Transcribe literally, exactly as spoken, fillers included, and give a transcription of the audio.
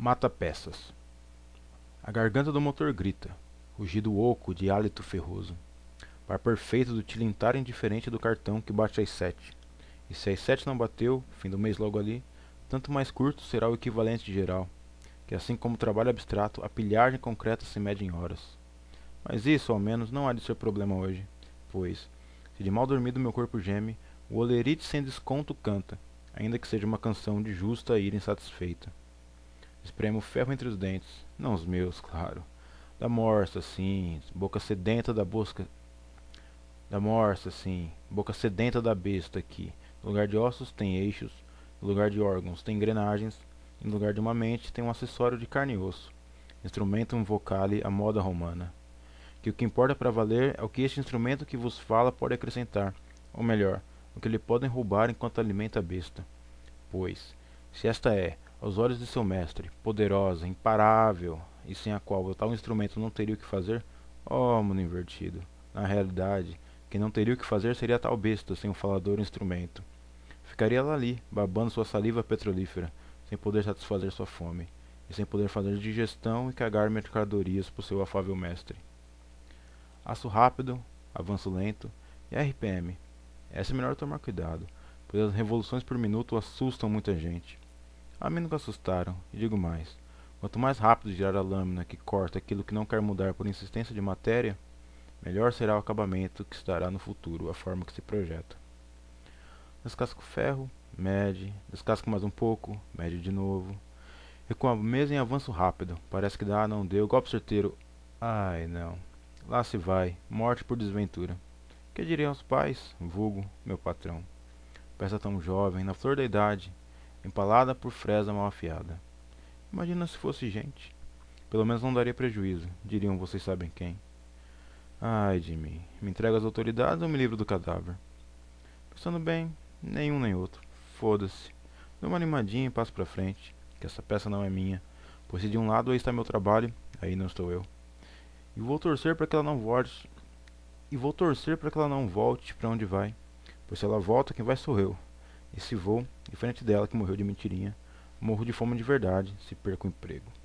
Mata-peças. A garganta do motor grita, rugido oco de hálito ferroso. Par perfeito do tilintar indiferente do cartão que bate às sete. E se às sete não bateu, fim do mês logo ali, tanto mais curto será o equivalente geral, que assim como o trabalho abstrato, a pilhagem concreta se mede em horas. Mas isso, ao menos, não há de ser problema hoje, pois, se de mal dormido meu corpo geme, o olerite sem desconto canta, ainda que seja uma canção de justa ira insatisfeita. Espremo o ferro entre os dentes, não os meus, claro. Da morsa, sim, boca sedenta da bosca. Da morsa, sim, boca sedenta da besta aqui. No lugar de ossos tem eixos, no lugar de órgãos tem engrenagens, e no lugar de uma mente tem um acessório de carne e osso. Instrumentum vocale à moda romana. Que o que importa para valer é o que este instrumento que vos fala pode acrescentar, ou melhor, o que lhe podem roubar enquanto alimenta a besta. Pois, se esta é, aos olhos de seu mestre, poderosa, imparável, e sem a qual o tal instrumento não teria o que fazer, ó mundo invertido, na realidade, quem não teria o que fazer seria a tal besta sem o falador instrumento. Ficaria ela ali, babando sua saliva petrolífera, sem poder satisfazer sua fome, e sem poder fazer digestão e cagar mercadorias por seu afável mestre. Aço rápido, avanço lento e R P M. Essa é melhor tomar cuidado, pois as revoluções por minuto assustam muita gente. A mim nunca assustaram, e digo mais. Quanto mais rápido girar a lâmina que corta aquilo que não quer mudar por insistência de matéria, melhor será o acabamento que se dará no futuro, a forma que se projeta. Descasco o ferro, mede, descasco mais um pouco, mede de novo. Recua a mesa em avanço rápido, parece que dá, não deu, golpe certeiro. Ai não, lá se vai, morte por desventura. Que diriam os pais, vulgo, meu patrão. Peça tão jovem, na flor da idade, empalada por fresa mal afiada. Imagina se fosse gente. Pelo menos não daria prejuízo, diriam vocês sabem quem. Ai de mim, me entrego às autoridades ou me livro do cadáver? Pensando bem, nenhum nem outro. Foda-se. Dou uma animadinha e passo pra frente, que essa peça não é minha, pois se de um lado aí está meu trabalho, aí não estou eu. E vou torcer para que ela não volte. E vou torcer para que ela não volte para onde vai, pois se ela volta, quem vai sou eu. E se vou, em frente dela que morreu de mentirinha, morro de fome de verdade, se perco o emprego.